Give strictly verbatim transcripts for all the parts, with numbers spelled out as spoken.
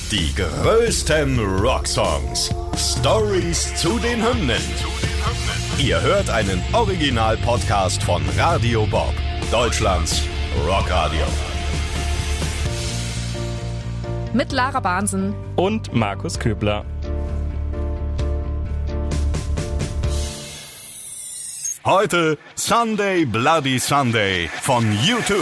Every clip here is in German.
Die größten Rocksongs. Stories zu den Hymnen. Ihr hört einen Original-Podcast von Radio Bob, Deutschlands Rockradio. Mit Lara Bahnsen und Markus Köbler. Heute Sunday Bloody Sunday von U zwei.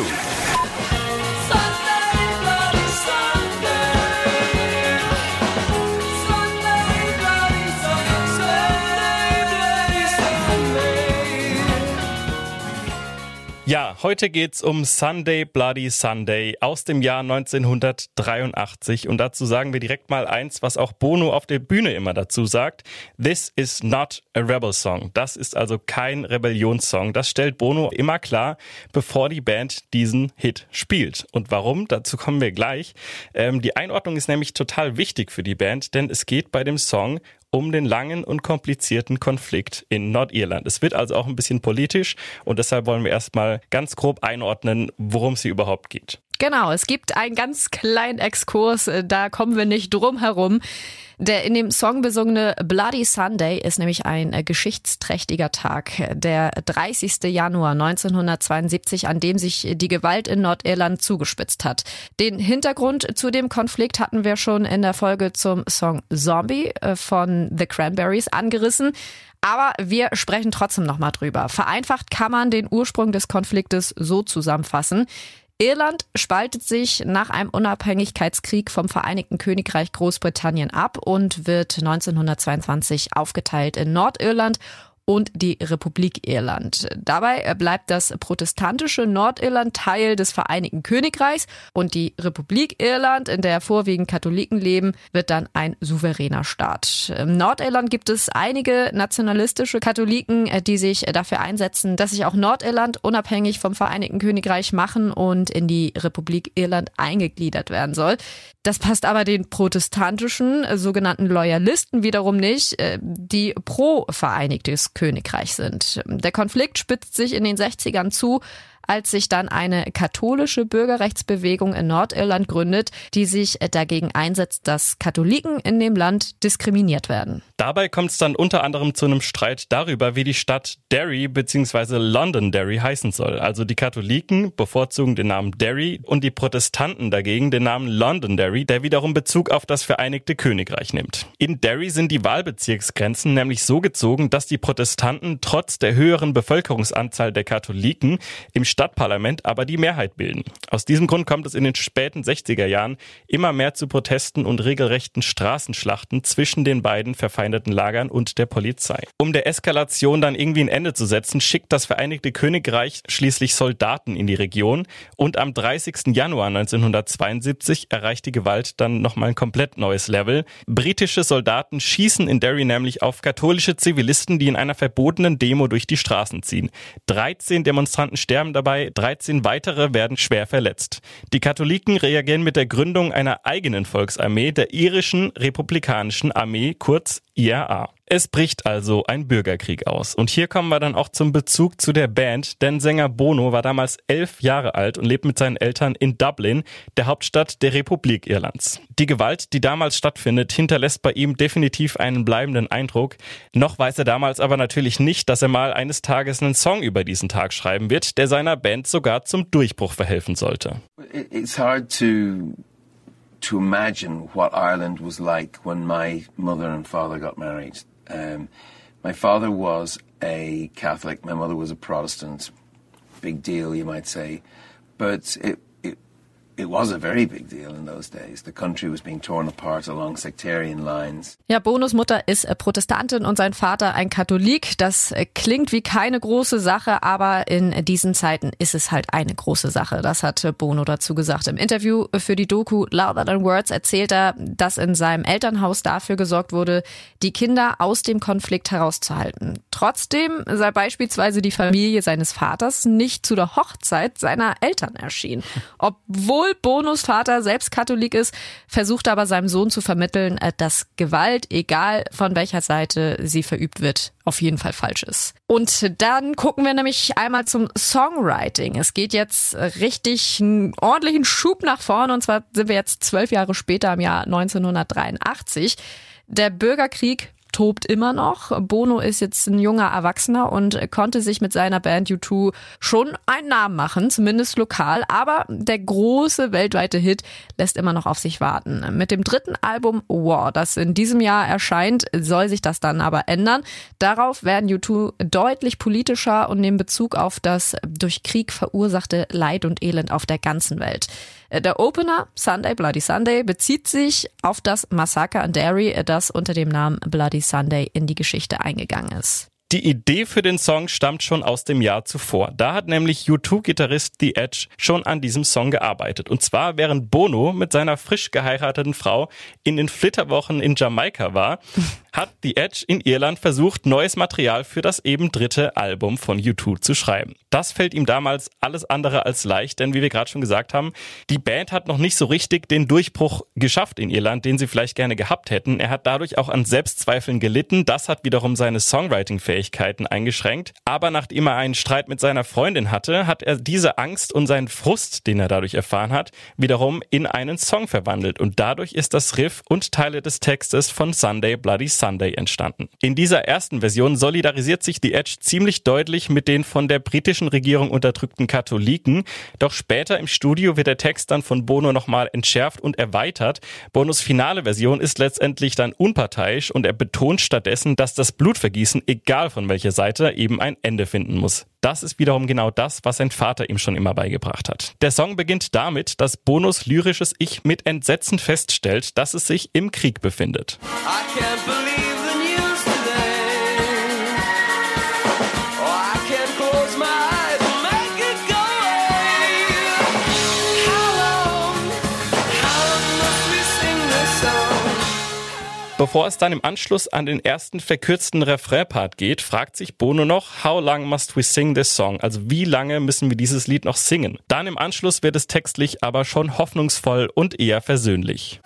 Ja, heute geht's um Sunday Bloody Sunday aus dem Jahr neunzehnhundertdreiundachtzig und dazu sagen wir direkt mal eins, was auch Bono auf der Bühne immer dazu sagt. This is not a rebel song. Das ist also kein Rebellionssong. Das stellt Bono immer klar, bevor die Band diesen Hit spielt. Und warum? Dazu kommen wir gleich. Ähm, die Einordnung ist nämlich total wichtig für die Band, denn es geht bei dem Song um den langen und komplizierten Konflikt in Nordirland. Es wird also auch ein bisschen politisch und deshalb wollen wir erstmal ganz grob einordnen, worum es hier überhaupt geht. Genau, es gibt einen ganz kleinen Exkurs, da kommen wir nicht drum herum. Der in dem Song besungene Bloody Sunday ist nämlich ein geschichtsträchtiger Tag, der dreißigsten Januar neunzehnhundertzweiundsiebzig, an dem sich die Gewalt in Nordirland zugespitzt hat. Den Hintergrund zu dem Konflikt hatten wir schon in der Folge zum Song Zombie von The Cranberries angerissen. Aber wir sprechen trotzdem nochmal drüber. Vereinfacht kann man den Ursprung des Konfliktes so zusammenfassen. Irland spaltet sich nach einem Unabhängigkeitskrieg vom Vereinigten Königreich Großbritannien ab und wird neunzehnhundertzweiundzwanzig aufgeteilt in Nordirland und die Republik Irland. Dabei bleibt das protestantische Nordirland Teil des Vereinigten Königreichs und die Republik Irland, in der vorwiegend Katholiken leben, wird dann ein souveräner Staat. Im Nordirland gibt es einige nationalistische Katholiken, die sich dafür einsetzen, dass sich auch Nordirland unabhängig vom Vereinigten Königreich machen und in die Republik Irland eingegliedert werden soll. Das passt aber den protestantischen sogenannten Loyalisten wiederum nicht, die pro Vereinigtes Königreich sind. Der Konflikt spitzt sich in den sechzigern zu, als sich dann eine katholische Bürgerrechtsbewegung in Nordirland gründet, die sich dagegen einsetzt, dass Katholiken in dem Land diskriminiert werden. Dabei kommt es dann unter anderem zu einem Streit darüber, wie die Stadt Derry bzw. Londonderry heißen soll. Also die Katholiken bevorzugen den Namen Derry und die Protestanten dagegen den Namen Londonderry, der wiederum Bezug auf das Vereinigte Königreich nimmt. In Derry sind die Wahlbezirksgrenzen nämlich so gezogen, dass die Protestanten trotz der höheren Bevölkerungsanzahl der Katholiken im Stadtparlament aber die Mehrheit bilden. Aus diesem Grund kommt es in den späten sechziger Jahren immer mehr zu Protesten und regelrechten Straßenschlachten zwischen den beiden verfeindeten Lagern und der Polizei. Um der Eskalation dann irgendwie ein Ende zu setzen, schickt das Vereinigte Königreich schließlich Soldaten in die Region und am dreißigsten Januar neunzehnhundertzweiundsiebzig erreicht die Gewalt dann nochmal ein komplett neues Level. Britische Soldaten schießen in Derry nämlich auf katholische Zivilisten, die in einer verbotenen Demo durch die Straßen ziehen. dreizehn Demonstranten sterben dabei, dreizehn weitere werden schwer verletzt. Die Katholiken reagieren mit der Gründung einer eigenen Volksarmee, der irischen Republikanischen Armee, kurz I R A. Es bricht also ein Bürgerkrieg aus. Und hier kommen wir dann auch zum Bezug zu der Band, denn Sänger Bono war damals elf Jahre alt und lebt mit seinen Eltern in Dublin, der Hauptstadt der Republik Irlands. Die Gewalt, die damals stattfindet, hinterlässt bei ihm definitiv einen bleibenden Eindruck. Noch weiß er damals aber natürlich nicht, dass er mal eines Tages einen Song über diesen Tag schreiben wird, der seiner Band sogar zum Durchbruch verhelfen sollte. It's hard to to imagine what Ireland was like when my mother and father got married. Um, my father was a Catholic, my mother was a Protestant. Big deal, you might say. But it, it, it was a very big deal in those days. The country was being torn apart along sectarian lines. Ja, Bonos Mutter ist Protestantin und sein Vater ein Katholik. Das klingt wie keine große Sache, aber in diesen Zeiten ist es halt eine große Sache. Das hat Bono dazu gesagt. Im Interview für die Doku Louder Than Words erzählt er, dass in seinem Elternhaus dafür gesorgt wurde, die Kinder aus dem Konflikt herauszuhalten. Trotzdem sei beispielsweise die Familie seines Vaters nicht zu der Hochzeit seiner Eltern erschienen, obwohl Obwohl Bonos Vater selbst Katholik ist, versucht er aber seinem Sohn zu vermitteln, dass Gewalt, egal von welcher Seite sie verübt wird, auf jeden Fall falsch ist. Und dann gucken wir nämlich einmal zum Songwriting. Es geht jetzt richtig einen ordentlichen Schub nach vorne, und zwar sind wir jetzt zwölf Jahre später im Jahr neunzehnhundertdreiundachtzig. Der Bürgerkrieg tobt immer noch. Bono ist jetzt ein junger Erwachsener und konnte sich mit seiner Band U zwei schon einen Namen machen, zumindest lokal. Aber der große weltweite Hit lässt immer noch auf sich warten. Mit dem dritten Album War, das in diesem Jahr erscheint, soll sich das dann aber ändern. Darauf werden U zwei deutlich politischer und nehmen Bezug auf das durch Krieg verursachte Leid und Elend auf der ganzen Welt. Der Opener, Sunday, Bloody Sunday, bezieht sich auf das Massaker in Derry, das unter dem Namen Bloody Sunday in die Geschichte eingegangen ist. Die Idee für den Song stammt schon aus dem Jahr zuvor. Da hat nämlich U zwei Gitarrist The Edge schon an diesem Song gearbeitet. Und zwar während Bono mit seiner frisch geheirateten Frau in den Flitterwochen in Jamaika war, hat The Edge in Irland versucht, neues Material für das eben dritte Album von U zwei zu schreiben. Das fällt ihm damals alles andere als leicht, denn wie wir gerade schon gesagt haben, die Band hat noch nicht so richtig den Durchbruch geschafft in Irland, den sie vielleicht gerne gehabt hätten. Er hat dadurch auch an Selbstzweifeln gelitten. Das hat wiederum seine Songwriting-Fähigkeiten eingeschränkt. Aber nachdem er einen Streit mit seiner Freundin hatte, hat er diese Angst und seinen Frust, den er dadurch erfahren hat, wiederum in einen Song verwandelt. Und dadurch ist das Riff und Teile des Textes von Sunday, Bloody Sunday entstanden. In dieser ersten Version solidarisiert sich The Edge ziemlich deutlich mit den von der britischen Regierung unterdrückten Katholiken. Doch später im Studio wird der Text dann von Bono nochmal entschärft und erweitert. Bonos finale Version ist letztendlich dann unparteiisch und er betont stattdessen, dass das Blutvergießen, egal von welcher Seite, eben ein Ende finden muss. Das ist wiederum genau das, was sein Vater ihm schon immer beigebracht hat. Der Song beginnt damit, dass Bonos lyrisches Ich mit Entsetzen feststellt, dass es sich im Krieg befindet. I can't believe the news today. Oh, I can't close my eyes and make it go away. How long, how long must we sing this song? Bevor es dann im Anschluss an den ersten verkürzten Refrain-Part geht, fragt sich Bono noch, how long must we sing this song? Also wie lange müssen wir dieses Lied noch singen? Dann im Anschluss wird es textlich aber schon hoffnungsvoll und eher versöhnlich.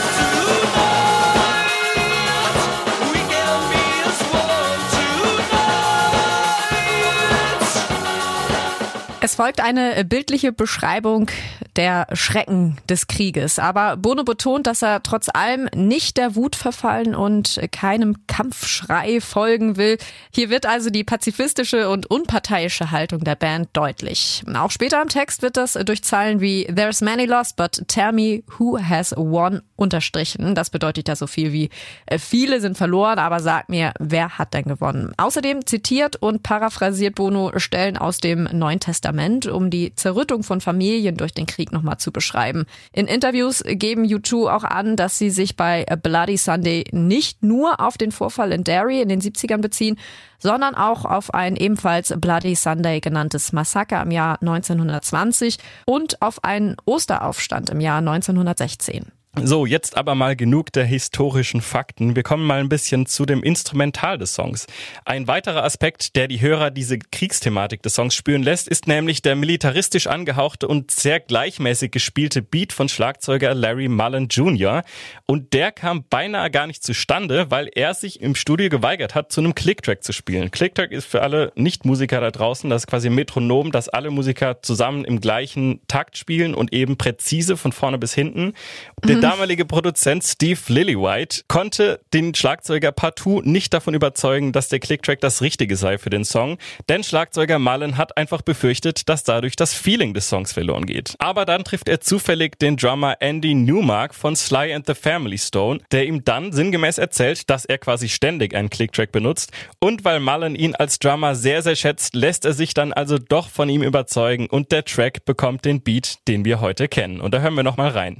Es folgt eine bildliche Beschreibung der Schrecken des Krieges. Aber Bono betont, dass er trotz allem nicht der Wut verfallen und keinem Kampfschrei folgen will. Hier wird also die pazifistische und unparteiische Haltung der Band deutlich. Auch später im Text wird das durch Zeilen wie "There's many lost, but tell me who has won" unterstrichen. Das bedeutet ja so viel wie "Viele sind verloren, aber sag mir, wer hat denn gewonnen?" Außerdem zitiert und paraphrasiert Bono Stellen aus dem Neuen Testament, um die Zerrüttung von Familien durch den Krieg nochmal zu beschreiben. In Interviews geben U zwei auch an, dass sie sich bei Bloody Sunday nicht nur auf den Vorfall in Derry in den siebzigern beziehen, sondern auch auf ein ebenfalls Bloody Sunday genanntes Massaker im Jahr neunzehnhundertzwanzig und auf einen Osteraufstand im Jahr neunzehnhundertsechzehn. So, jetzt aber mal genug der historischen Fakten. Wir kommen mal ein bisschen zu dem Instrumental des Songs. Ein weiterer Aspekt, der die Hörer diese Kriegsthematik des Songs spüren lässt, ist nämlich der militaristisch angehauchte und sehr gleichmäßig gespielte Beat von Schlagzeuger Larry Mullen Junior Und der kam beinahe gar nicht zustande, weil er sich im Studio geweigert hat, zu einem Clicktrack zu spielen. Clicktrack ist für alle Nicht-Musiker da draußen, das ist quasi ein Metronom, das alle Musiker zusammen im gleichen Takt spielen und eben präzise von vorne bis hinten. Der damalige Produzent Steve Lillywhite konnte den Schlagzeuger partout nicht davon überzeugen, dass der Clicktrack das Richtige sei für den Song, denn Schlagzeuger Mullen hat einfach befürchtet, dass dadurch das Feeling des Songs verloren geht. Aber dann trifft er zufällig den Drummer Andy Newmark von Sly and the Family Stone, der ihm dann sinngemäß erzählt, dass er quasi ständig einen Clicktrack benutzt, und weil Mullen ihn als Drummer sehr, sehr schätzt, lässt er sich dann also doch von ihm überzeugen und der Track bekommt den Beat, den wir heute kennen. Und da hören wir nochmal rein.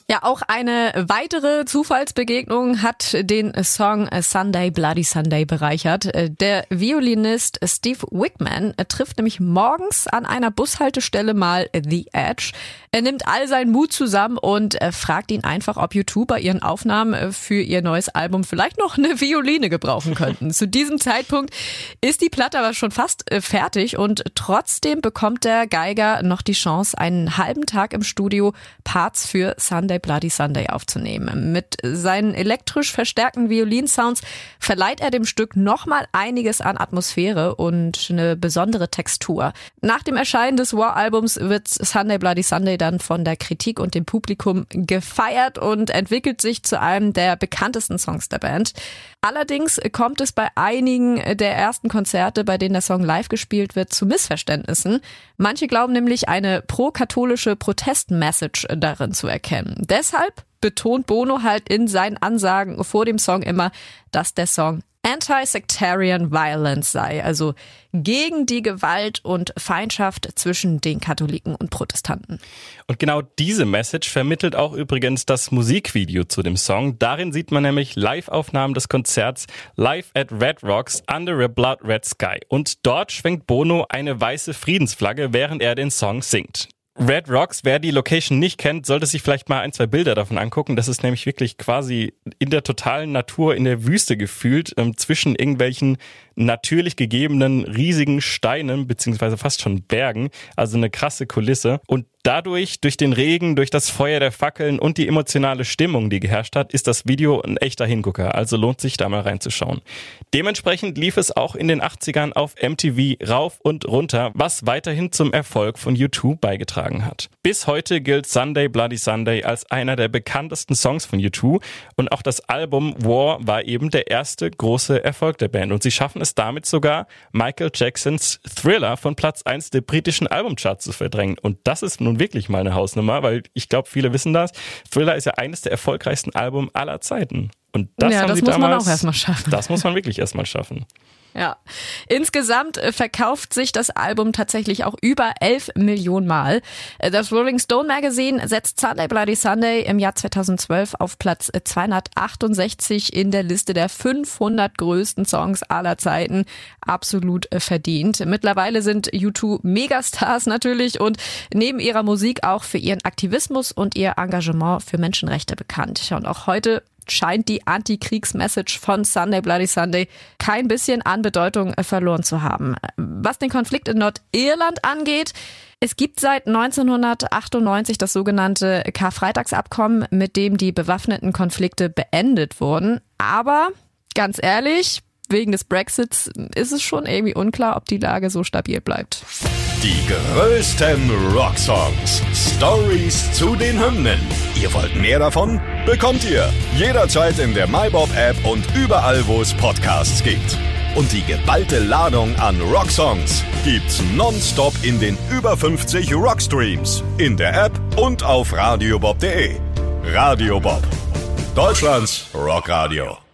Ja, auch eine weitere Zufallsbegegnung hat den Song Sunday Bloody Sunday bereichert. Der Violinist Steve Wickman trifft nämlich morgens an einer Bushaltestelle mal The Edge. Er nimmt all seinen Mut zusammen und fragt ihn einfach, ob U zwei bei ihren Aufnahmen für ihr neues Album vielleicht noch eine Violine gebrauchen könnten. Zu diesem Zeitpunkt ist die Platte aber schon fast fertig und trotzdem bekommt der Geiger noch die Chance, einen halben Tag im Studio Parts für Sunday Bloody Sunday aufzunehmen. Mit seinen elektrisch verstärkten Violinsounds verleiht er dem Stück nochmal einiges an Atmosphäre und eine besondere Textur. Nach dem Erscheinen des War-Albums wird Sunday Bloody Sunday dann von der Kritik und dem Publikum gefeiert und entwickelt sich zu einem der bekanntesten Songs der Band. Allerdings kommt es bei einigen der ersten Konzerte, bei denen der Song live gespielt wird, zu Missverständnissen. Manche glauben nämlich, eine pro-katholische Protest-Message darin zu erkennen. Deshalb betont Bono halt in seinen Ansagen vor dem Song immer, dass der Song Anti-Sectarian Violence sei, also gegen die Gewalt und Feindschaft zwischen den Katholiken und Protestanten. Und genau diese Message vermittelt auch übrigens das Musikvideo zu dem Song. Darin sieht man nämlich Live-Aufnahmen des Konzerts Live at Red Rocks Under a Blood Red Sky. Und dort schwenkt Bono eine weiße Friedensflagge, während er den Song singt. Red Rocks, wer die Location nicht kennt, sollte sich vielleicht mal ein, zwei Bilder davon angucken. Das ist nämlich wirklich quasi in der totalen Natur, in der Wüste gefühlt, ähm, zwischen irgendwelchen natürlich gegebenen riesigen Steinen, beziehungsweise fast schon Bergen. Also eine krasse Kulisse. Und dadurch, durch den Regen, durch das Feuer der Fackeln und die emotionale Stimmung, die geherrscht hat, ist das Video ein echter Hingucker. Also lohnt sich da mal reinzuschauen. Dementsprechend lief es auch in den achtzigern auf M T V rauf und runter, was weiterhin zum Erfolg von U zwei beigetragen hat. Bis heute gilt Sunday Bloody Sunday als einer der bekanntesten Songs von U zwei und auch das Album War war eben der erste große Erfolg der Band und sie schaffen es damit sogar, Michael Jacksons Thriller von Platz eins der britischen Albumcharts zu verdrängen. Und das ist nun wirklich mal eine Hausnummer, weil ich glaube, viele wissen das. Thriller ist ja eines der erfolgreichsten Alben aller Zeiten. Und das ja, haben das sie muss damals, man auch erstmal schaffen. Das muss man wirklich erstmal schaffen. Ja. Insgesamt verkauft sich das Album tatsächlich auch über elf Millionen Mal. Das Rolling Stone Magazine setzt Sunday Bloody Sunday im Jahr zweitausendzwölf auf Platz zweihundertachtundsechzig in der Liste der fünfhundert größten Songs aller Zeiten. Absolut verdient. Mittlerweile sind U zwei Megastars natürlich und neben ihrer Musik auch für ihren Aktivismus und ihr Engagement für Menschenrechte bekannt. Und auch heute scheint die Anti-Kriegs-Message von Sunday Bloody Sunday kein bisschen an Bedeutung verloren zu haben. Was den Konflikt in Nordirland angeht, es gibt seit neunzehnhundertachtundneunzig das sogenannte Karfreitagsabkommen, mit dem die bewaffneten Konflikte beendet wurden. Aber ganz ehrlich, wegen des Brexits ist es schon irgendwie unklar, ob die Lage so stabil bleibt. Die größten Rocksongs. Stories zu den Hymnen. Ihr wollt mehr davon? Bekommt ihr jederzeit in der MyBob-App und überall, wo es Podcasts gibt. Und die geballte Ladung an Rocksongs gibt's nonstop in den über fünfzig Rockstreams. In der App und auf radiobob punkt de. Radio Bob. Deutschlands Rockradio.